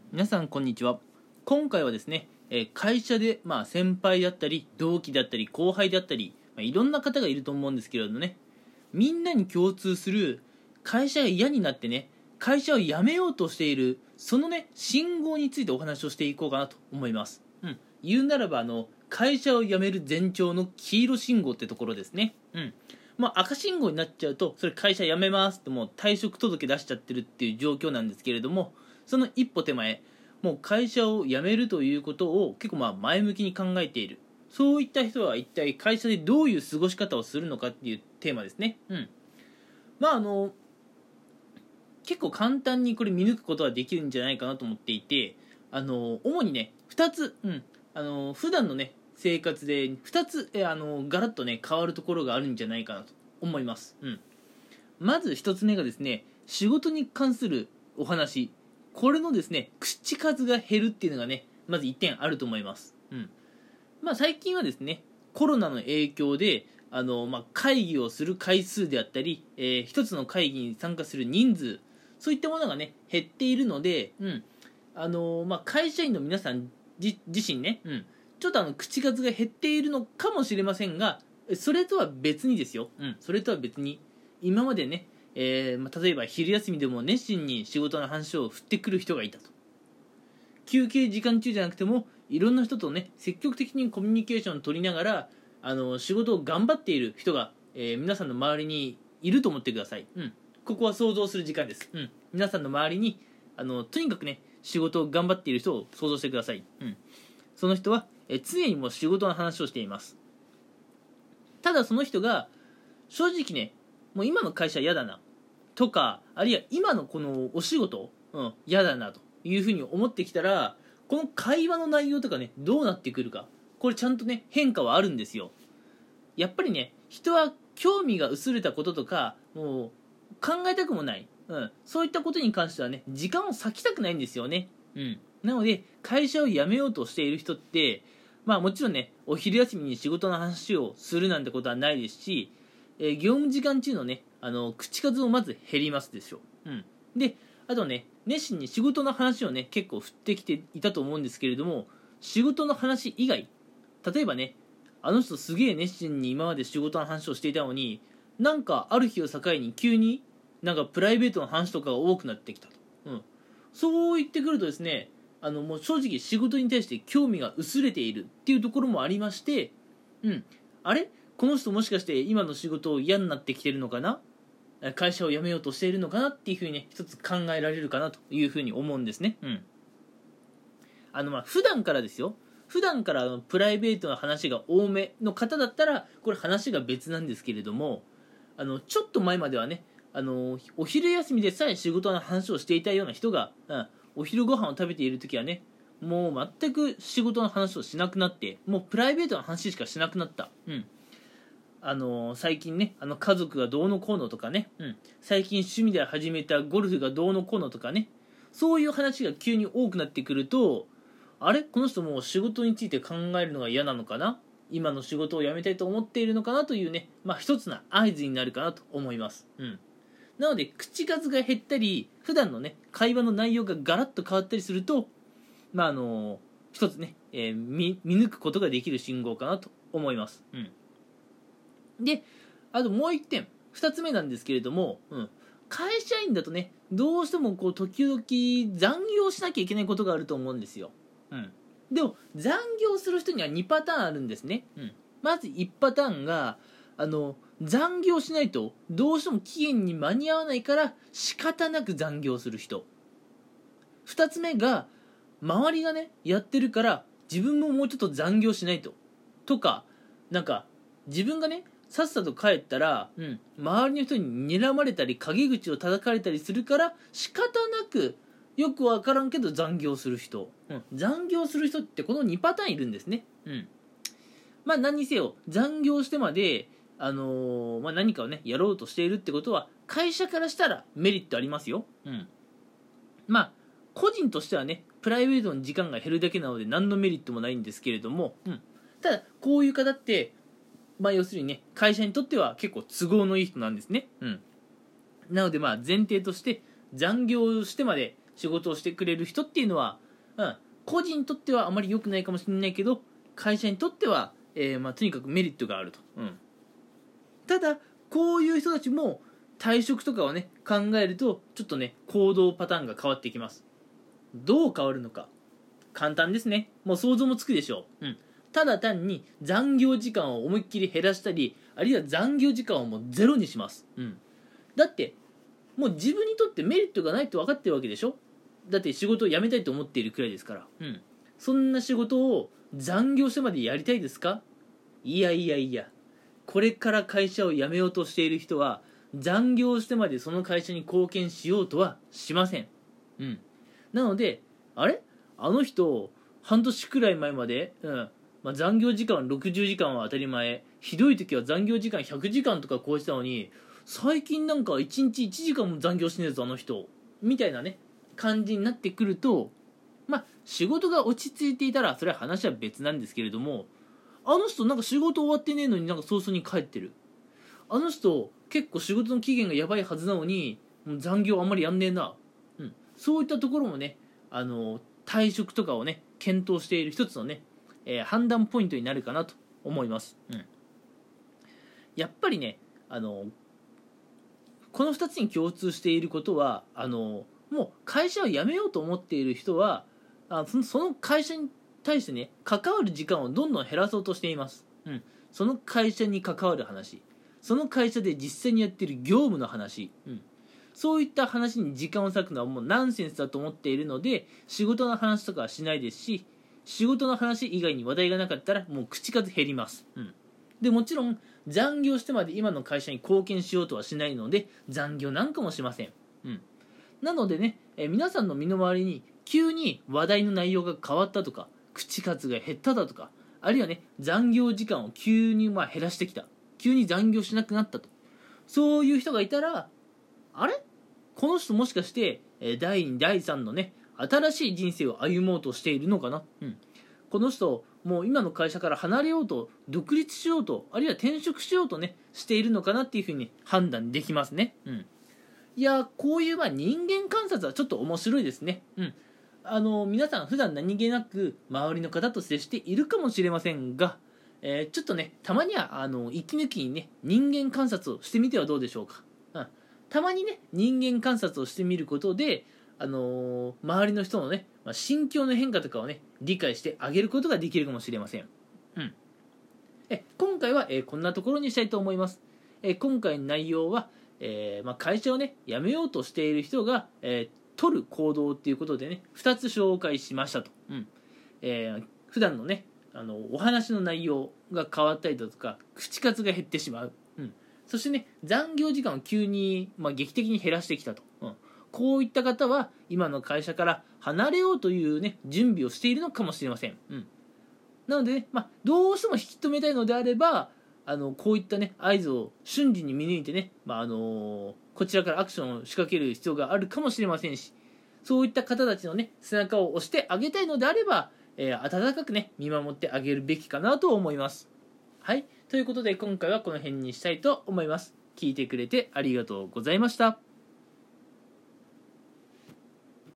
皆さんこんにちは。今回はですね、会社で、先輩だったり同期だったり後輩だったり、いろんな方がいると思うんですけれどもね、みんなに共通する会社が嫌になってね、会社を辞めようとしているそのね信号についてお話をしていこうかなと思います。言うならば会社を辞める前兆の黄色信号ってところですね。赤信号になっちゃうとそれ会社辞めますってもう退職届出しちゃってるっていう状況なんですけれども、その一歩手前、もう会社を辞めるということを結構前向きに考えている、そういった人は一体会社でどういう過ごし方をするのかっていうテーマですね。結構簡単にこれ見抜くことはできるんじゃないかなと思っていて、主にね2つ、普段のね生活で2つ、ガラッとね変わるところがあるんじゃないかなと思います。まず1つ目がですね、仕事に関するお話、これのですね口数が減るっていうのがねまず1点あると思います。最近はですねコロナの影響で会議をする回数であったり、一つの会議に参加する人数、そういったものがね減っているので、会社員の皆さん自身ね、ちょっと口数が減っているのかもしれませんが、それとは別にですよ、それとは別に今までね、例えば昼休みでも熱心に仕事の話を振ってくる人がいたと。休憩時間中じゃなくてもいろんな人とね積極的にコミュニケーションを取りながら仕事を頑張っている人が、皆さんの周りにいると思ってください。ここは想像する時間です。皆さんの周りにとにかくね仕事を頑張っている人を想像してください。その人は、常にもう仕事の話をしています。ただその人が正直ねもう今の会社嫌だなとか、あるいは今のこのお仕事嫌だなというふうに思ってきたら、この会話の内容とかねどうなってくるか、これちゃんとね変化はあるんですよ。やっぱりね人は興味が薄れたこととかもう考えたくもない、そういったことに関してはね時間を割きたくないんですよね。なので会社を辞めようとしている人ってもちろんねお昼休みに仕事の話をするなんてことはないですし、業務時間中のね口数をまず減りますでしょう。であとね熱心に仕事の話をね結構振ってきていたと思うんですけれども、仕事の話以外、例えばねあの人すげえ熱心に今まで仕事の話をしていたのに、なんかある日を境に急になんかプライベートの話とかが多くなってきたと、そう言ってくるとですねもう正直仕事に対して興味が薄れているっていうところもありまして、あれこの人もしかして今の仕事を嫌になってきてるのかな、会社を辞めようとしているのかなっていうふうにね一つ考えられるかなというふうに思うんですね。普段からですよ、普段からプライベートな話が多めの方だったらこれ話が別なんですけれども、ちょっと前まではねお昼休みでさえ仕事の話をしていたような人が、お昼ご飯を食べている時はねもう全く仕事の話をしなくなって、もうプライベートな話しかしなくなった。最近ね家族がどうのこうのとかね、最近趣味で始めたゴルフがどうのこうのとかね、そういう話が急に多くなってくると、あれこの人もう仕事について考えるのが嫌なのかな、今の仕事を辞めたいと思っているのかなというね、一つの合図になるかなと思います。なので口数が減ったり普段のね会話の内容がガラッと変わったりすると、一つね、見抜くことができる信号かなと思います。であともう一点、二つ目なんですけれども、会社員だとねどうしてもこう時々残業しなきゃいけないことがあると思うんですよ。でも残業する人には2パターンあるんですね。まず1パターンが残業しないとどうしても期限に間に合わないから仕方なく残業する人。2つ目が周りがねやってるから自分ももうちょっと残業しないとか、なんか自分がねさっさと帰ったら、周りの人に睨まれたり陰口を叩かれたりするから仕方なくよく分からんけど残業する人、残業する人ってこの2パターンいるんですね。何にせよ残業してまで、何かをねやろうとしているってことは会社からしたらメリットありますよ。個人としてはねプライベートの時間が減るだけなので何のメリットもないんですけれども、ただこういう方って要するにね会社にとっては結構都合のいい人なんですね。なので前提として残業してまで仕事をしてくれる人っていうのは、個人にとってはあまり良くないかもしれないけど、会社にとっては、とにかくメリットがあると、ただこういう人たちも退職とかをね考えると、ちょっとね行動パターンが変わってきます。どう変わるのか簡単ですね。もう想像もつくでしょう。ただ単に残業時間を思いっきり減らしたり、あるいは残業時間をもうゼロにします。だってもう自分にとってメリットがないと分かってるわけでしょ。だって仕事を辞めたいと思っているくらいですから、そんな仕事を残業してまでやりたいですか？いやいやいや、これから会社を辞めようとしている人は残業してまでその会社に貢献しようとはしません。なので、あの人半年くらい前まで、残業時間60時間は当たり前、ひどい時は残業時間100時間とか超えてたのに、最近なんか1日1時間も残業してねえぞあの人みたいなね感じになってくると、仕事が落ち着いていたらそれは話は別なんですけれども、あの人なんか仕事終わってねえのになんか早々に帰ってる、あの人結構仕事の期限がやばいはずなのにもう残業あんまりやんねえな、そういったところもね、退職とかをね検討している一つのね、判断ポイントになるかなと思います。やっぱりね、この2つに共通していることは、もう会社を辞めようと思っている人はその会社に対してね関わる時間をどんどん減らそうとしています。その会社に関わる話、その会社で実際にやっている業務の話、そういった話に時間を割くのはもうナンセンスだと思っているので、仕事の話とかはしないですし、仕事の話以外に話題がなかったらもう口数減ります。でもちろん残業してまで今の会社に貢献しようとはしないので残業なんかもしません。なのでね、皆さんの身の回りに急に話題の内容が変わったとか、口数が減っただとか、あるいはね残業時間を急に減らしてきた、急に残業しなくなったと、そういう人がいたら、この人もしかして第2第3のね新しい人生を歩もうとしているのかな、この人もう今の会社から離れようと、独立しようと、あるいは転職しようとねしているのかなっていうふうに判断できますね。いや、こういう人間観察はちょっと面白いですね。皆さん普段何気なく周りの方と接しているかもしれませんが、ちょっとねたまには息抜きにね人間観察をしてみてはどうでしょうか。たまにね人間観察をしてみることで、周りの人のね、心境の変化とかをね理解してあげることができるかもしれません。今回は、こんなところにしたいと思います。今回の内容は、会社をね辞めようとしている人が、取る行動っていうことでね2つ紹介しましたと。普段のねお話の内容が変わったりだとか、口数が減ってしまう、そしてね残業時間を急に、劇的に減らしてきたと、こういった方は今の会社から離れようというね準備をしているのかもしれません。なのでね、どうしても引き止めたいのであれば、こういったね合図を瞬時に見抜いてね、こちらからアクションを仕掛ける必要があるかもしれませんし、そういった方たちのね背中を押してあげたいのであれば、温かくね見守ってあげるべきかなと思います。はい、ということで今回はこの辺にしたいと思います。聞いてくれてありがとうございました。